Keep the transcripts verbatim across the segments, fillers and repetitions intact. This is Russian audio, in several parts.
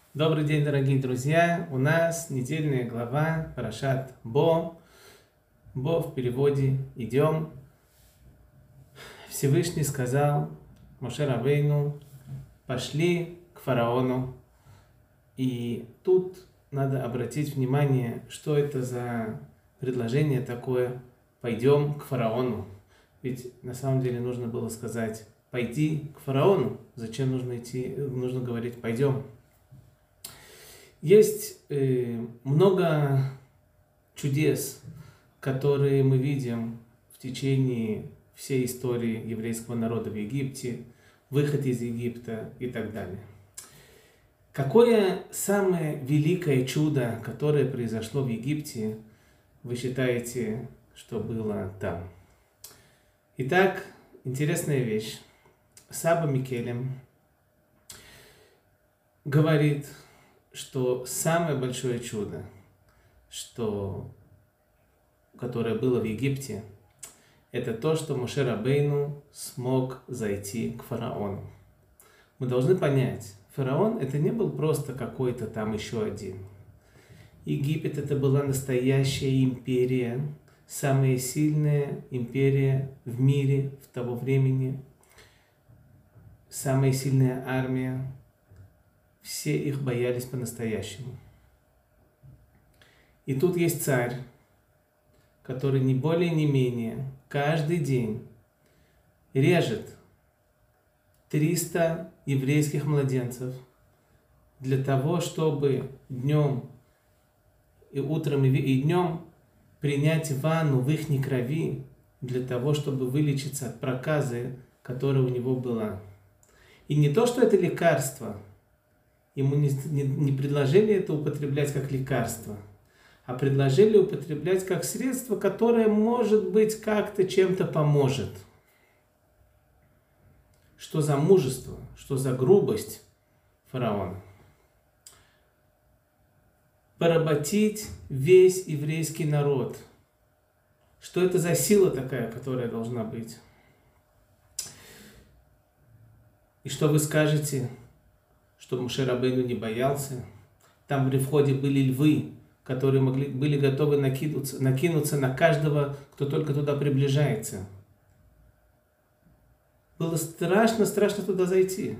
Добрый день, дорогие друзья! У нас недельная глава Парашат Бо. Бо в переводе «идем». Всевышний сказал Моше Рабейну: пошли к фараону. И тут надо обратить внимание, что это за предложение такое «пойдем к фараону». Ведь на самом деле нужно было сказать «пойди к фараону». Зачем нужно идти, нужно говорить «пойдем». Есть э, много чудес, которые мы видим в течение всей истории еврейского народа в Египте, выход из Египта и так далее. Какое самое великое чудо, которое произошло в Египте, вы считаете, что было там? Итак, интересная вещь. Саба Микелем говорит, что самое большое чудо, что, которое было в Египте, это то, что Моше Рабейну смог зайти к фараону. Мы должны понять, фараон это не был просто какой-то там еще один. Египет это была настоящая империя, самая сильная империя в мире в того времени, самая сильная армия. Все их боялись по-настоящему. И тут есть царь, который не более не менее каждый день режет триста еврейских младенцев для того, чтобы днем и утром и днем принять ванну в их крови, для того, чтобы вылечиться от проказы, которая у него была. И не то, что это лекарство, ему не, не, не предложили это употреблять как лекарство, а предложили употреблять как средство, которое, может быть, как-то чем-то поможет. Что за мужество, что за грубость фараона? Поработить весь еврейский народ. Что это за сила такая, которая должна быть? И что вы скажете, что Моше Рабейну не боялся? Там при входе были львы, которые могли, были готовы накинуться, накинуться на каждого, кто только туда приближается. Было страшно, страшно туда зайти.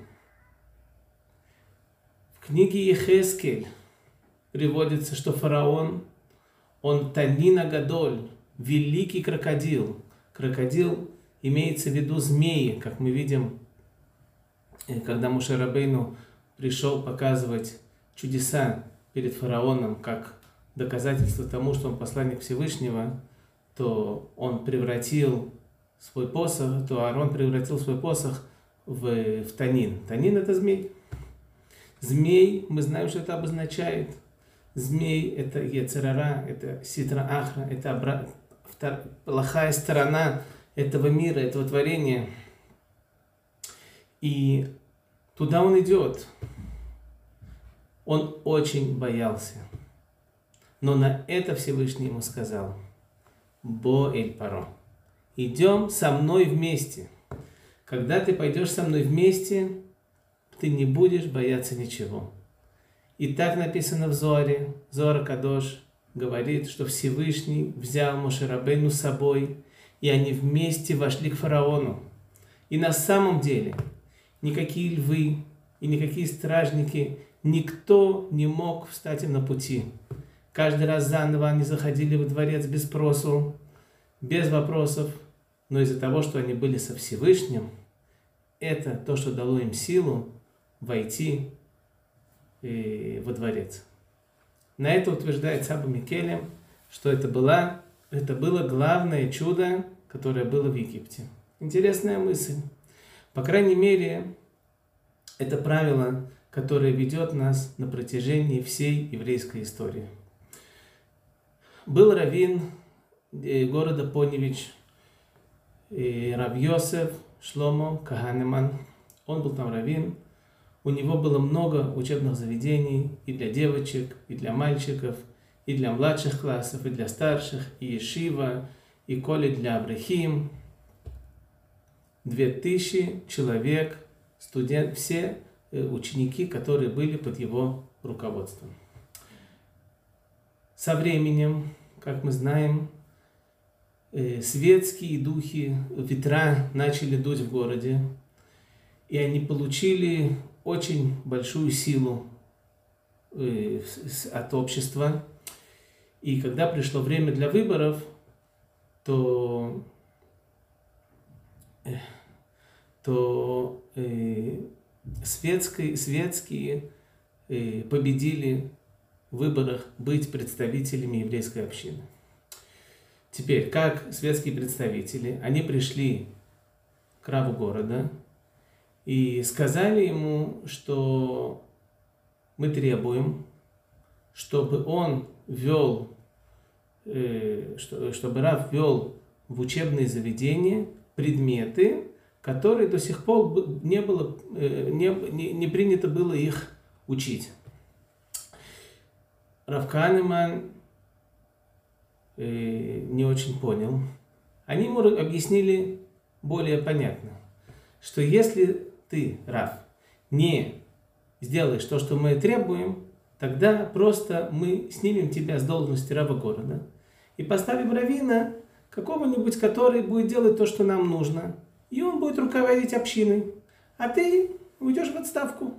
В книге Ехескель приводится, что фараон, он Танин Агадоль, великий крокодил. Крокодил имеется в виду змеи, как мы видим, когда Моше Рабейну пришел показывать чудеса перед фараоном, как доказательство тому, что он посланник Всевышнего, то он превратил свой посох, то Аарон превратил свой посох в, в танин. Танин это змей. Змей, мы знаем, что это обозначает. Змей это йецер ара, это ситра ахра, это обра... втор... плохая сторона этого мира, этого творения. И туда он идет. Он очень боялся. Но на это Всевышний ему сказал: Бо эль паро. Идем со мной вместе. Когда ты пойдешь со мной вместе, ты не будешь бояться ничего. И так написано в Зоре. Зора Кадош говорит, что Всевышний взял Моше Рабейну с собой, и они вместе вошли к фараону. И на самом деле никакие львы и никакие стражники, никто не мог встать им на пути. Каждый раз заново они заходили во дворец без спросу, без вопросов, но из-за того, что они были со Всевышним, это то, что дало им силу войти э, во дворец. На это утверждает Саба Микелем, что это, была, это было главное чудо, которое было в Египте. Интересная мысль. По крайней мере, это правило, которое ведет нас на протяжении всей еврейской истории. Был раввин города Поневич, Рав Йосеф Шломо Каганеман. Он был там раввин. У него было много учебных заведений и для девочек, и для мальчиков, и для младших классов, и для старших, и ешива, и коли для Аврахим. Две тысячи человек, студент, все ученики, которые были под его руководством. Со временем, как мы знаем, светские духи, ветра начали дуть в городе, и они получили очень большую силу от общества. И когда пришло время для выборов, то, то э, светские, светские э, победили в выборах быть представителями еврейской общины. Теперь, как светские представители, они пришли к раву города и сказали ему, что мы требуем, чтобы он ввел, э, что, чтобы рав ввел в учебные заведения предметы, которые до сих пор не было, э, не, не, не принято было их учить. Рав Канеман э, не очень понял. Они ему объяснили более понятно, что если ты, рав, не сделаешь то, что мы требуем, тогда просто мы снимем тебя с должности рава города и поставим раввина какого-нибудь, который будет делать то, что нам нужно, и он будет руководить общиной, а ты уйдешь в отставку.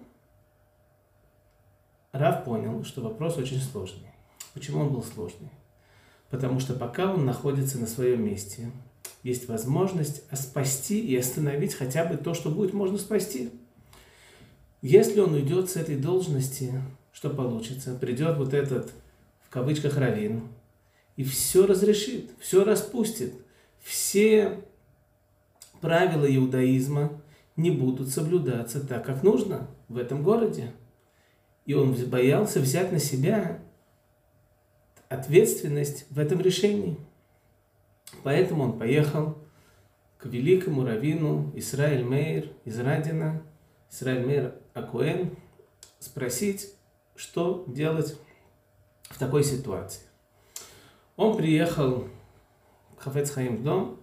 Рав понял, что вопрос очень сложный. Почему он был сложный? Потому что пока он находится на своем месте, есть возможность спасти и остановить хотя бы то, что будет можно спасти. Если он уйдет с этой должности, что получится? Придет вот этот, в кавычках, раввин, и все разрешит, все распустит. Все правила иудаизма не будут соблюдаться так, как нужно в этом городе. И он боялся взять на себя ответственность в этом решении. Поэтому он поехал к великому раввину Исраэль Мейр из Радина, Исраэль Мейр а-Коэн, спросить, что делать в такой ситуации. Он приехал к Хафец Хаим в дом,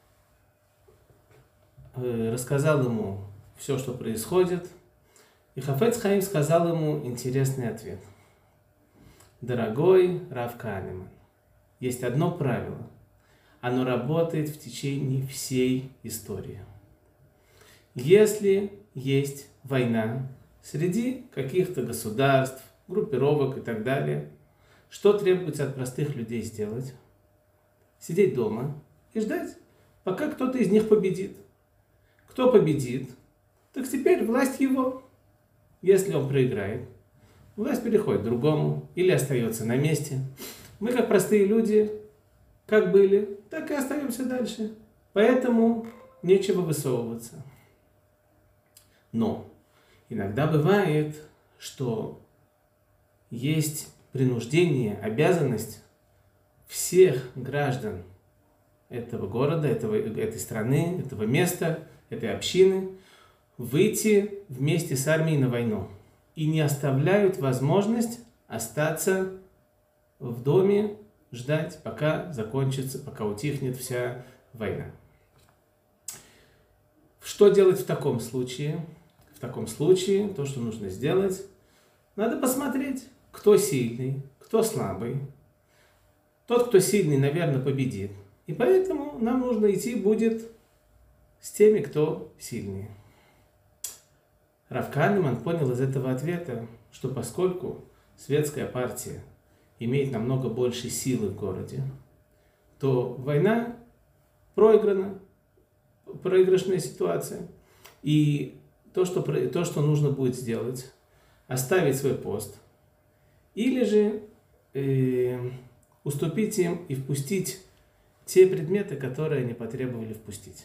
рассказал ему все, что происходит, и Хафец Хаим сказал ему интересный ответ. Дорогой Рав Канеман, есть одно правило. Оно работает в течение всей истории. Если есть война среди каких-то государств, группировок и так далее, что требуется от простых людей сделать? Сидеть дома и ждать, пока кто-то из них победит. Кто победит, так теперь власть его. Если он проиграет, власть переходит к другому или остается на месте. Мы, как простые люди, как были, так и остаемся дальше. Поэтому нечего высовываться. Но иногда бывает, что есть принуждение, обязанность всех граждан этого города, этого, этой страны, этого места, этой общины выйти вместе с армией на войну. И не оставляют возможность остаться в доме, ждать, пока закончится, пока утихнет вся война. Что делать в таком случае? В таком случае то, что нужно сделать, надо посмотреть, кто сильный, кто слабый. Тот, кто сильный, наверное, победит. И поэтому нам нужно идти будет с теми, кто сильнее. Рав Канеман понял из этого ответа, что поскольку светская партия имеет намного больше силы в городе, то война проиграна, проигрышная ситуация. И то, что, то, что нужно будет сделать, оставить свой пост, или же э, уступить им и впустить те предметы, которые они потребовали впустить.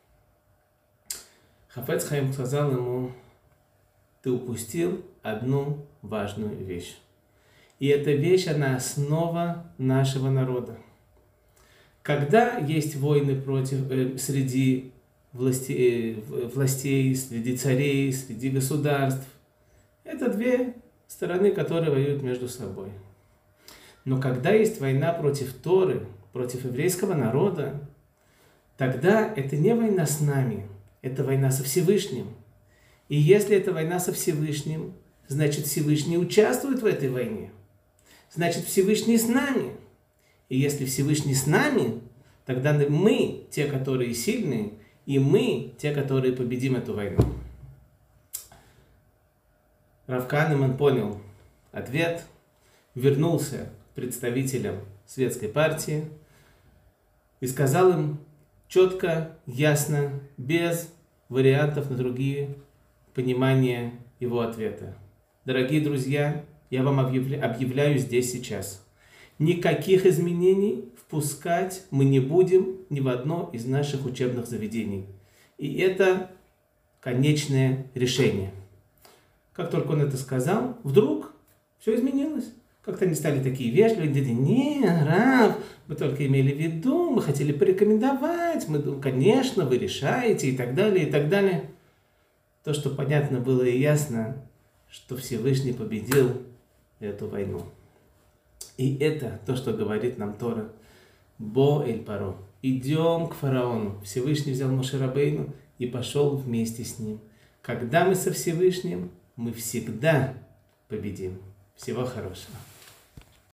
Хафец Хаим сказал ему: ты упустил одну важную вещь. И эта вещь, она основа нашего народа. Когда есть войны против, э, среди власти, э, властей, среди царей, среди государств, это две стороны, которые воюют между собой. Но когда есть война против Торы, против еврейского народа, тогда это не война с нами, это война со Всевышним. И если это война со Всевышним, значит Всевышний участвует в этой войне. Значит Всевышний с нами. И если Всевышний с нами, тогда мы те, которые сильные, и мы те, которые победим эту войну. Рав Канеман понял ответ, вернулся к представителям светской партии и сказал им четко, ясно, без вариантов на другие понимания его ответа. Дорогие друзья, я вам объявля- объявляю здесь сейчас. Никаких изменений впускать мы не будем ни в одно из наших учебных заведений. И это конечное решение. Как только он это сказал, вдруг все изменилось. Как-то они стали такие вежливые, говорили: не, Рав, мы только имели в виду, мы хотели порекомендовать, мы, конечно, вы решаете, и так далее, и так далее. То, что понятно было и ясно, что Всевышний победил эту войну. И это то, что говорит нам Тора. Бо эль паро. Идем к фараону. Всевышний взял Моше Рабейну и пошел вместе с ним. Когда мы со Всевышним, мы всегда победим. Всего хорошего.